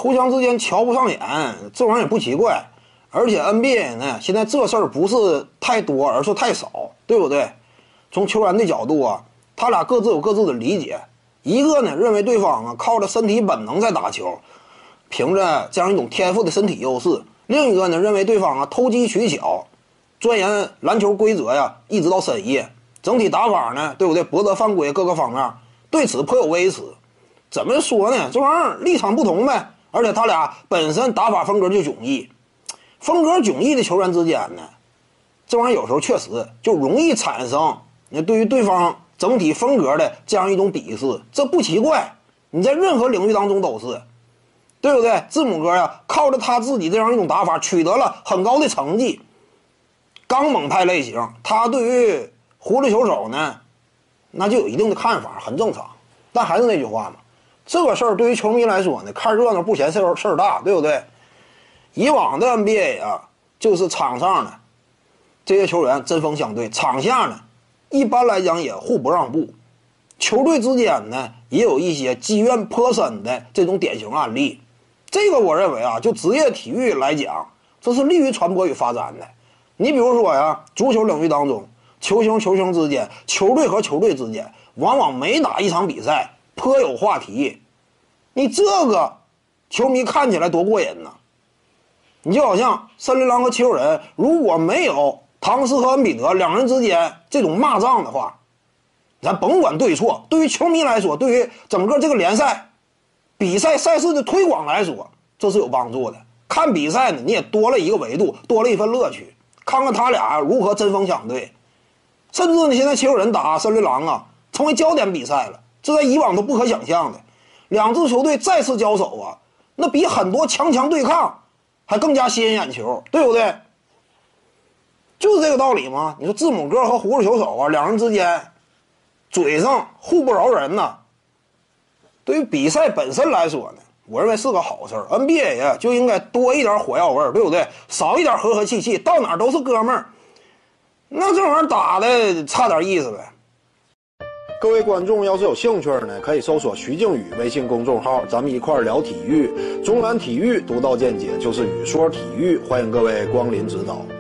互相之间瞧不上眼，这玩意儿也不奇怪。而且 NBA 呢，现在这事儿不是太多，而是太少，对不对？从球员的角度啊，他俩各自有各自的理解。一个呢认为对方啊靠着身体本能在打球，凭着这样一种天赋的身体优势；另一个呢认为对方啊投机取巧，钻研篮球规则呀，一直到深夜。整体打法呢，对不对？博得犯规各个方面，对此颇有微词。怎么说呢？这玩意儿立场不同呗。而且他俩本身打法风格就迥异，风格迥异的球员之间呢，这玩意儿有时候确实就容易产生对于对方整体风格的这样一种鄙视，这不奇怪。你在任何领域当中都是，对不对？字母哥呀，靠着他自己这样一种打法，取得了很高的成绩。刚猛派类型，他对于葫芦球手呢，那就有一定的看法，很正常。但还是那句话嘛，这个事儿对于球迷来说呢，看热闹不嫌事儿大，对不对？以往的 NBA 啊，就是场上呢，这些球员针锋相对，场下呢，一般来讲也互不让步。球队之间呢，也有一些积怨颇深的这种典型案例。这个我认为啊，就职业体育来讲，这是利于传播与发展的。你比如说呀，足球领域当中，球星之间，球队和球队之间，往往每打一场比赛颇有话题。你这个球迷看起来多过瘾呢！你就好像森林狼和七六人，如果没有唐斯和恩比德两人之间这种骂仗的话，咱甭管对错，对于球迷来说，对于整个这个联赛比赛赛事的推广来说，这是有帮助的。看比赛呢，你也多了一个维度，多了一份乐趣，看看他俩如何针锋相对。甚至呢，现在七六人打森林狼啊，成为焦点比赛了，这在以往都不可想象的。两支球队再次交手啊，那比很多强对抗还更加吸引眼球，对不对？就是这个道理嘛。你说字母哥和葫芦球手啊，两人之间嘴上互不饶人呐，对于比赛本身来说呢，我认为是个好事儿。NBA 呀就应该多一点火药味儿，对不对？少一点和气气，到哪儿都是哥们儿。那这玩意儿打的差点意思呗。各位观众要是有兴趣呢，可以搜索徐静宇微信公众号，咱们一块儿聊体育。中南体育独到见解就是语说体育，欢迎各位光临指导。